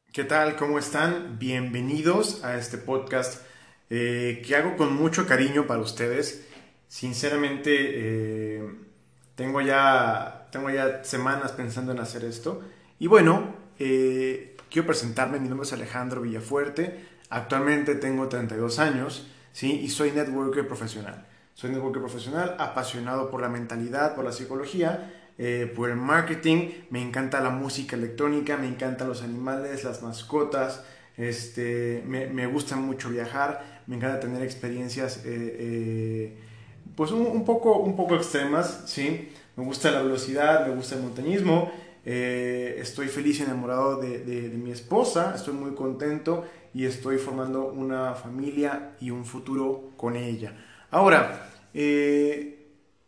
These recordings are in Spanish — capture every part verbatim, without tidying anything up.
¿Qué tal? ¿Cómo están? Bienvenidos a este podcast eh, que hago con mucho cariño para ustedes. Sinceramente, eh, tengo ya, tengo ya semanas pensando en hacer esto. Y bueno, eh, quiero presentarme. Mi nombre es Alejandro Villafuerte. Actualmente tengo treinta y dos años, ¿sí? Y soy networker profesional. Soy networker profesional apasionado por la mentalidad, por la psicología, eh, por el marketing. Me encanta la música electrónica, me encantan los animales, las mascotas. Este, me, me gusta mucho viajar, me encanta tener experiencias eh, eh, pues un, un, poco, un poco extremas, ¿sí? Me gusta la velocidad, me gusta el montañismo. Eh, estoy feliz y enamorado de, de, de mi esposa, estoy muy contento y estoy formando una familia y un futuro con ella. Ahora, eh,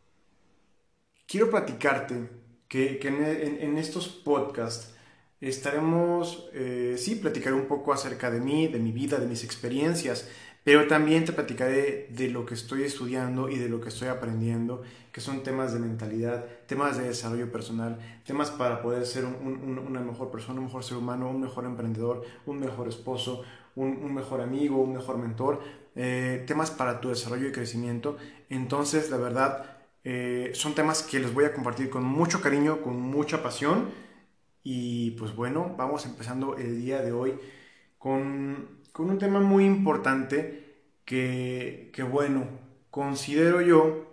quiero platicarte que, que en, en, en, estos podcasts estaremos, eh, sí, platicaré un poco acerca de mí, de mi vida, de mis experiencias, pero también te platicaré de lo que estoy estudiando y de lo que estoy aprendiendo, que son temas de mentalidad, temas de desarrollo personal, temas para poder ser un, un, una mejor persona, un mejor ser humano, un mejor emprendedor, un mejor esposo, un, un mejor amigo, un mejor mentor, eh, temas para tu desarrollo y crecimiento. Entonces, la verdad, eh, son temas que les voy a compartir con mucho cariño, con mucha pasión. Y pues bueno, vamos empezando el día de hoy con, con un tema muy importante que, que bueno, considero yo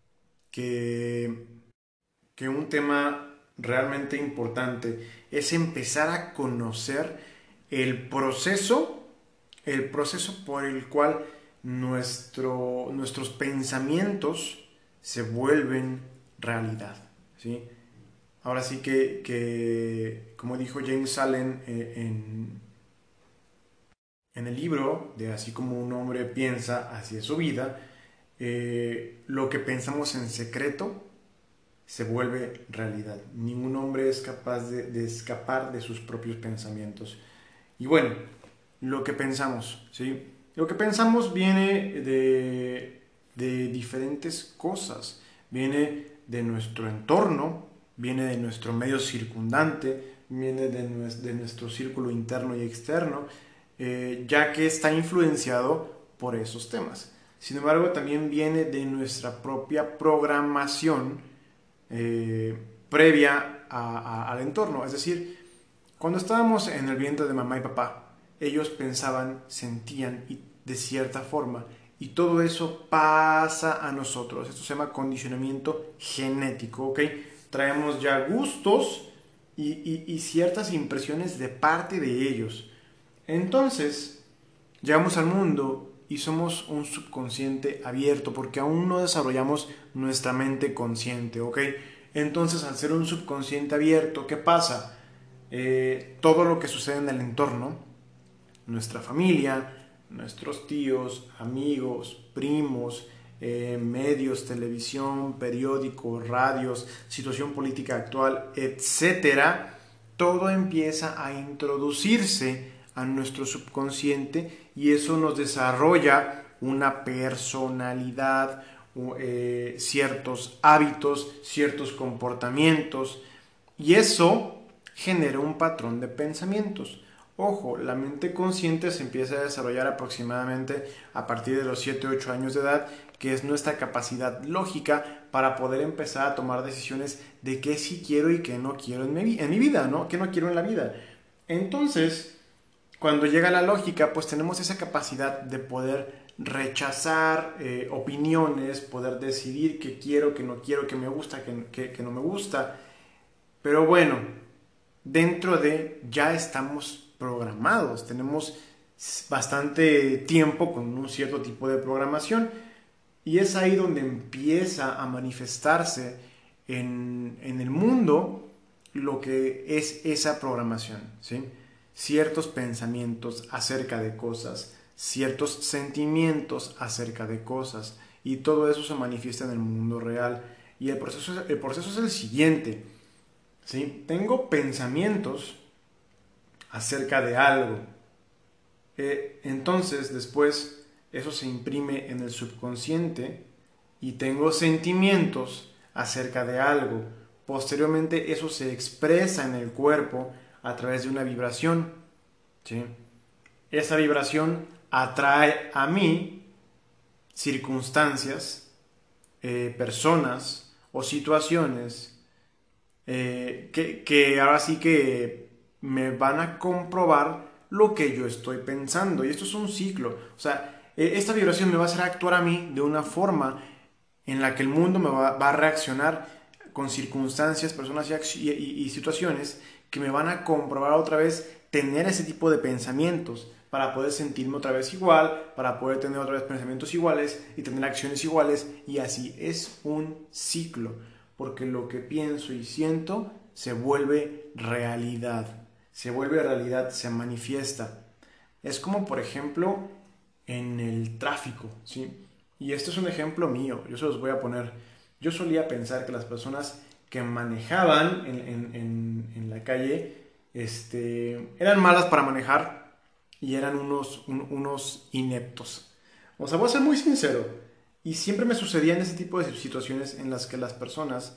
que, que un tema realmente importante es empezar a conocer el proceso, el proceso por el cual nuestro, nuestros pensamientos se vuelven realidad, ¿sí? Ahora sí que, que como dijo James Allen eh, en, en el libro de Así como un hombre piensa, así es su vida, eh, lo que pensamos en secreto se vuelve realidad. Ningún hombre es capaz de, de escapar de sus propios pensamientos. Y bueno, lo que pensamos, ¿sí? Lo que pensamos viene de, de diferentes cosas. Viene de nuestro entorno, viene de nuestro medio circundante, viene de, nues- de nuestro círculo interno y externo, eh, ya que está influenciado por esos temas. Sin embargo, también viene de nuestra propia programación eh, previa a- a- al entorno. Es decir, cuando estábamos en el vientre de mamá y papá, ellos pensaban, sentían y de cierta forma, y todo eso pasa a nosotros. Esto se llama condicionamiento genético, ¿ok? Traemos ya gustos y, y, y ciertas impresiones de parte de ellos. Entonces, llegamos al mundo y somos un subconsciente abierto porque aún no desarrollamos nuestra mente consciente, ¿ok? Entonces, al ser un subconsciente abierto, ¿qué pasa? Eh, todo lo que sucede en el entorno, nuestra familia, nuestros tíos, amigos, primos, eh, medios, televisión, periódicos, radios, situación política actual, etcétera, todo empieza a introducirse a nuestro subconsciente y eso nos desarrolla una personalidad, eh, ciertos hábitos, ciertos comportamientos y eso genera un patrón de pensamientos. Ojo, la mente consciente se empieza a desarrollar aproximadamente a partir de los siete u ocho años de edad, que es nuestra capacidad lógica para poder empezar a tomar decisiones de qué sí quiero y qué no quiero en mi, en mi vida, ¿no? ¿Qué no quiero en la vida? Entonces, cuando llega la lógica, pues tenemos esa capacidad de poder rechazar eh, opiniones, poder decidir qué quiero, qué no quiero, qué me gusta, qué, qué, qué no me gusta. Pero bueno, dentro de ya estamos programados, tenemos bastante tiempo con un cierto tipo de programación y es ahí donde empieza a manifestarse en, en el mundo lo que es esa programación, ¿sí? Ciertos pensamientos acerca de cosas, ciertos sentimientos acerca de cosas y todo eso se manifiesta en el mundo real y el proceso, el proceso es el siguiente, ¿sí? Tengo pensamientos acerca de algo. Eh, entonces, después, eso se imprime en el subconsciente y tengo sentimientos acerca de algo. Posteriormente, eso se expresa en el cuerpo a través de una vibración. ¿sí? Esa vibración atrae a mí circunstancias, eh, personas o situaciones eh, que, que ahora sí que me van a comprobar lo que yo estoy pensando. Y esto es un ciclo. O sea, eh, esta vibración me va a hacer actuar a mí de una forma en la que el mundo me va, va a reaccionar con circunstancias, personas y, y, y situaciones que me van a comprobar otra vez tener ese tipo de pensamientos para poder sentirme otra vez igual, para poder tener otra vez pensamientos iguales y tener acciones iguales, y así es un ciclo, porque lo que pienso y siento se vuelve realidad, se vuelve realidad, se manifiesta. Es como, por ejemplo, en el tráfico, ¿sí? Y este es un ejemplo mío, yo se los voy a poner. Yo solía pensar que las personas que manejaban en, en, en, en la calle este, eran malas para manejar y eran unos, un, unos ineptos. O sea, voy a ser muy sincero. Y siempre me sucedían ese tipo de situaciones en las que las personas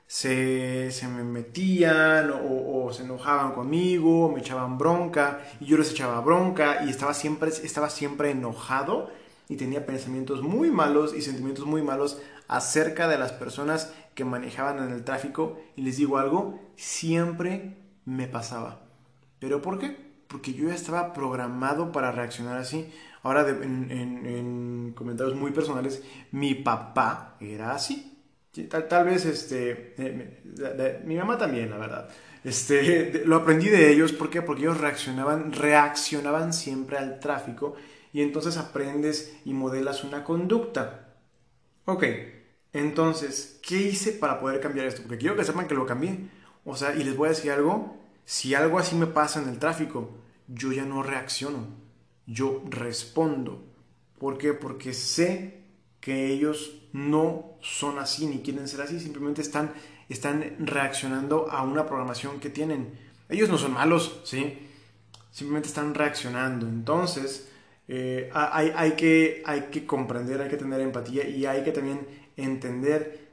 se, se me metían o, o se enojaban conmigo, me echaban bronca y yo les echaba bronca y estaba siempre, estaba siempre enojado y tenía pensamientos muy malos y sentimientos muy malos acerca de las personas que manejaban en el tráfico. Y les digo algo, siempre me pasaba. ¿Pero por qué? Porque yo ya estaba programado para reaccionar así. Ahora, de, en, en, en comentarios muy personales, mi papá era así. Sí, tal, tal vez este, eh, de, de, mi mamá también, la verdad. Este, de, lo aprendí de ellos. ¿Por qué? Porque ellos reaccionaban, reaccionaban siempre al tráfico y entonces aprendes y modelas una conducta. Ok, entonces, ¿qué hice para poder cambiar esto? Porque quiero que sepan que lo cambié. O sea, y les voy a decir algo, si algo así me pasa en el tráfico, yo ya no reacciono, yo respondo. ¿Por qué? Porque sé que ellos no son así ni quieren ser así, simplemente están, están reaccionando a una programación que tienen. Ellos no son malos, ¿sí? Simplemente están reaccionando. Entonces, eh, hay, hay, que, hay que comprender, hay que tener empatía y hay que también entender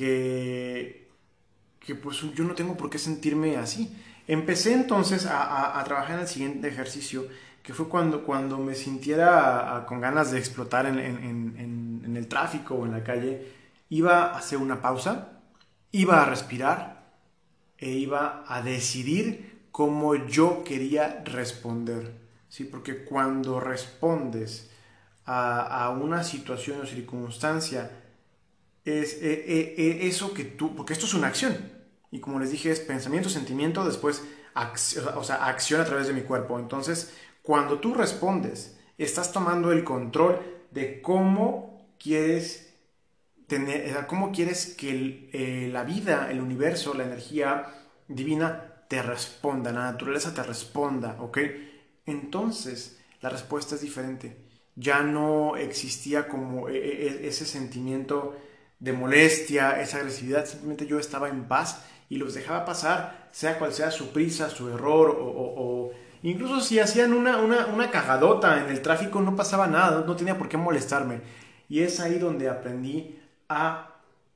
que, que pues yo no tengo por qué sentirme así. Empecé entonces a, a, a trabajar en el siguiente ejercicio, que fue cuando, cuando me sintiera a, a, con ganas de explotar en, en, en, en el tráfico o en la calle, iba a hacer una pausa, iba a respirar e iba a decidir cómo yo quería responder, ¿sí? Porque cuando respondes a, a una situación o circunstancia, es eh, eh, eh, eso que tú, porque esto es una acción, y como les dije, es pensamiento, sentimiento, después acción, o sea, acción a través de mi cuerpo. Entonces, cuando tú respondes, estás tomando el control de cómo quieres tener, cómo quieres que el, eh, la vida, el universo, la energía divina te responda, la naturaleza te responda, ¿ok? Entonces, la respuesta es diferente. Ya no existía como e, e, ese sentimiento de molestia, esa agresividad, simplemente yo estaba en paz y los dejaba pasar, sea cual sea su prisa, su error, o, o, o incluso si hacían una, una, una cagadota en el tráfico, no pasaba nada, no tenía por qué molestarme. Y es ahí donde aprendí a,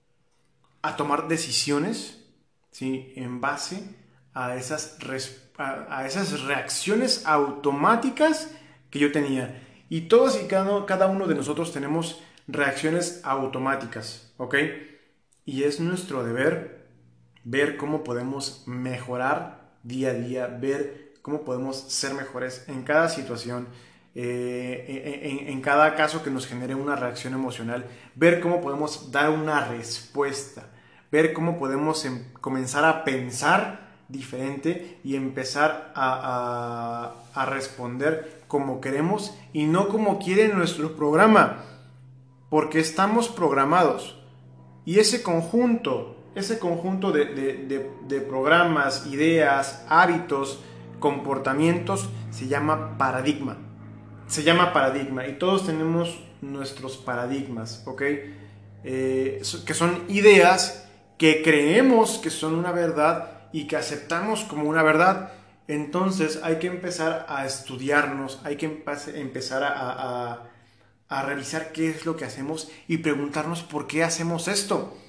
a tomar decisiones, ¿sí? En base a esas, a, a esas reacciones automáticas que yo tenía. Y todos y cada, cada uno de nosotros tenemos reacciones automáticas, ¿ok? Y es nuestro deber ver cómo podemos mejorar día a día, ver cómo podemos ser mejores en cada situación, eh, en, en, cada caso que nos genere una reacción emocional, ver cómo podemos dar una respuesta, ver cómo podemos em, comenzar a pensar diferente y empezar a, a, a responder como queremos y no como quiere nuestro programa, porque estamos programados. Y ese conjunto, ese conjunto de, de, de, de programas, ideas, hábitos, comportamientos, se llama paradigma. Se llama paradigma y todos tenemos nuestros paradigmas, ¿ok? Eh, que son ideas que creemos que son una verdad y que aceptamos como una verdad. Entonces hay que empezar a estudiarnos, hay que empezar a, a, a revisar qué es lo que hacemos y preguntarnos por qué hacemos esto.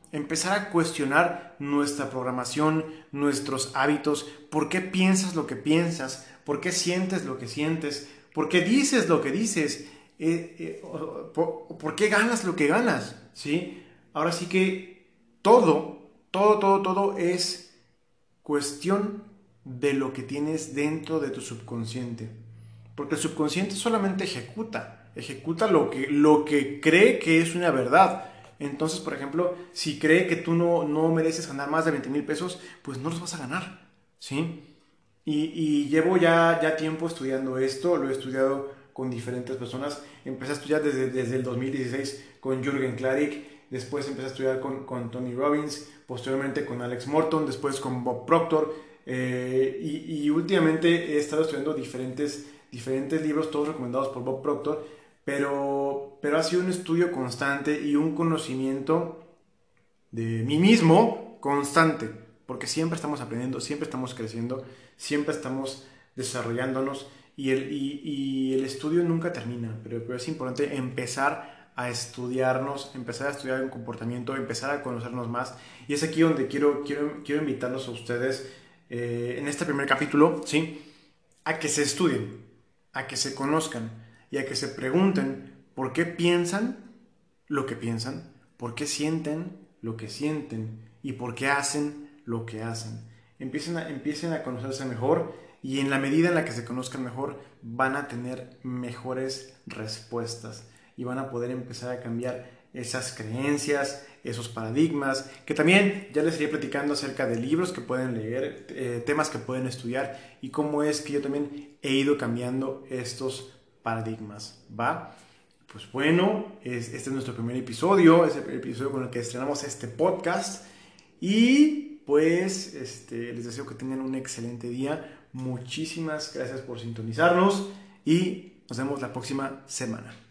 empezar a cuestionar nuestra programación, nuestros hábitos, por qué piensas lo que piensas, por qué sientes lo que sientes, por qué dices lo que dices, eh, eh, por, por qué ganas lo que ganas, ¿sí? Ahora sí que todo, todo, todo, todo es cuestión de lo que tienes dentro de tu subconsciente. Porque el subconsciente solamente ejecuta, ejecuta lo que, lo que cree que es una verdad. Entonces, por ejemplo, si cree que tú no, no mereces ganar más de veinte mil pesos, pues no los vas a ganar, ¿sí? Y, y llevo ya, ya tiempo estudiando esto, lo he estudiado con diferentes personas. Empecé a estudiar desde, desde el dos mil dieciséis con Jürgen Klarik, después empecé a estudiar con, con Tony Robbins, posteriormente con Alex Morton, después con Bob Proctor, eh, y, y últimamente he estado estudiando diferentes, diferentes libros, todos recomendados por Bob Proctor, pero, pero ha sido un estudio constante y un conocimiento de mí mismo constante, porque siempre estamos aprendiendo, siempre estamos creciendo, siempre estamos desarrollándonos y el, y, y el estudio nunca termina, pero, pero es importante empezar a estudiarnos, empezar a estudiar el comportamiento, empezar a conocernos más, y es aquí donde quiero, quiero, quiero invitarlos a ustedes eh, en este primer capítulo, ¿sí? A que se estudien, a que se conozcan y a que se pregunten por qué piensan lo que piensan, por qué sienten lo que sienten y por qué hacen lo que hacen. Empiecen a, empiecen a conocerse mejor y en la medida en la que se conozcan mejor van a tener mejores respuestas y van a poder empezar a cambiar esas creencias, esos paradigmas, que también ya les iré platicando acerca de libros que pueden leer, eh, temas que pueden estudiar y cómo es que yo también he ido cambiando estos paradigmas, ¿va? Pues bueno, es, este es nuestro primer episodio, es el episodio con el que estrenamos este podcast y pues este, les deseo que tengan un excelente día. Muchísimas gracias por sintonizarnos y nos vemos la próxima semana.